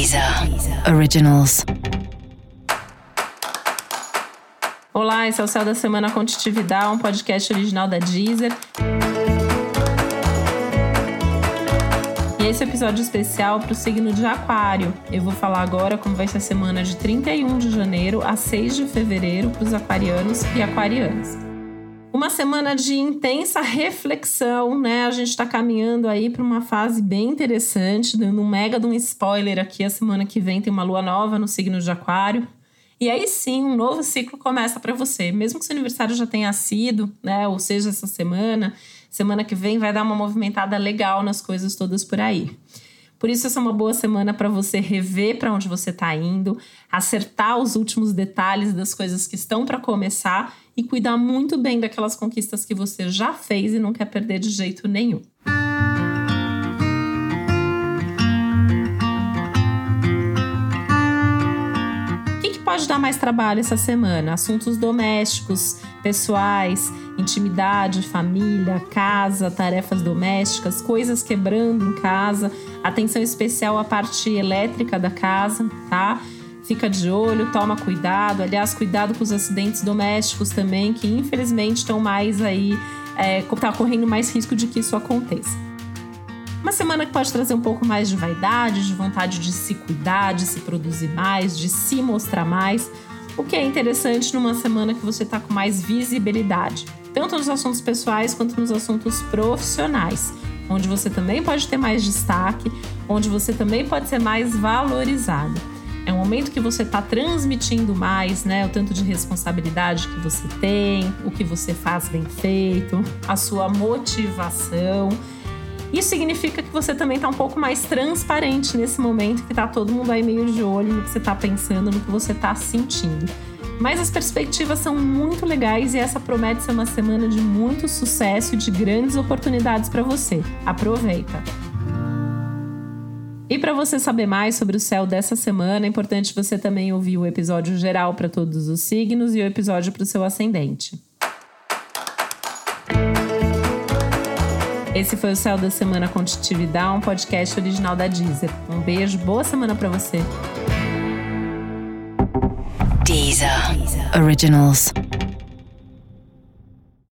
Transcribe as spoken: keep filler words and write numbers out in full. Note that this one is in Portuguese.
Deezer Originals. Olá, esse é o Céu da Semana com Titi Vidal, um podcast original da Deezer. E esse é um episódio especial para o signo de Aquário. Eu vou falar agora como vai ser a semana de trinta e um de janeiro a seis de fevereiro para os aquarianos e aquarianas. Uma semana de intensa reflexão, né? A gente está caminhando aí para uma fase bem interessante, dando um mega de um spoiler aqui. A semana que vem tem uma lua nova no signo de Aquário. E aí sim, um novo ciclo começa para você. Mesmo que seu aniversário já tenha sido, né? Ou seja, essa semana, semana que vem vai dar uma movimentada legal nas coisas todas por aí. Por isso, essa é uma boa semana para você rever para onde você está indo, acertar os últimos detalhes das coisas que estão para começar e cuidar muito bem daquelas conquistas que você já fez e não quer perder de jeito nenhum. O que que pode dar mais trabalho essa semana? Assuntos domésticos, pessoais, intimidade, família, casa, tarefas domésticas, coisas quebrando em casa, atenção especial à parte elétrica da casa, tá? Fica de olho, toma cuidado. Aliás, cuidado com os acidentes domésticos também, que infelizmente estão mais aí, é, tá correndo mais risco de que isso aconteça. Uma semana que pode trazer um pouco mais de vaidade, de vontade de se cuidar, de se produzir mais, de se mostrar mais, o que é interessante numa semana que você está com mais visibilidade, tanto nos assuntos pessoais quanto nos assuntos profissionais, onde você também pode ter mais destaque, onde você também pode ser mais valorizado. É um momento que você está transmitindo mais, né? O tanto de responsabilidade que você tem, o que você faz bem feito, a sua motivação. Isso significa que você também está um pouco mais transparente nesse momento, que está todo mundo aí meio de olho no que você está pensando, no que você está sentindo. Mas as perspectivas são muito legais e essa promete ser uma semana de muito sucesso e de grandes oportunidades para você. Aproveita! E para você saber mais sobre o céu dessa semana, é importante você também ouvir o episódio geral para todos os signos e o episódio para o seu ascendente. Esse foi o Céu da Semana com Titi Vidal, um podcast original da Deezer. Um beijo, boa semana para você. Deezer Originals.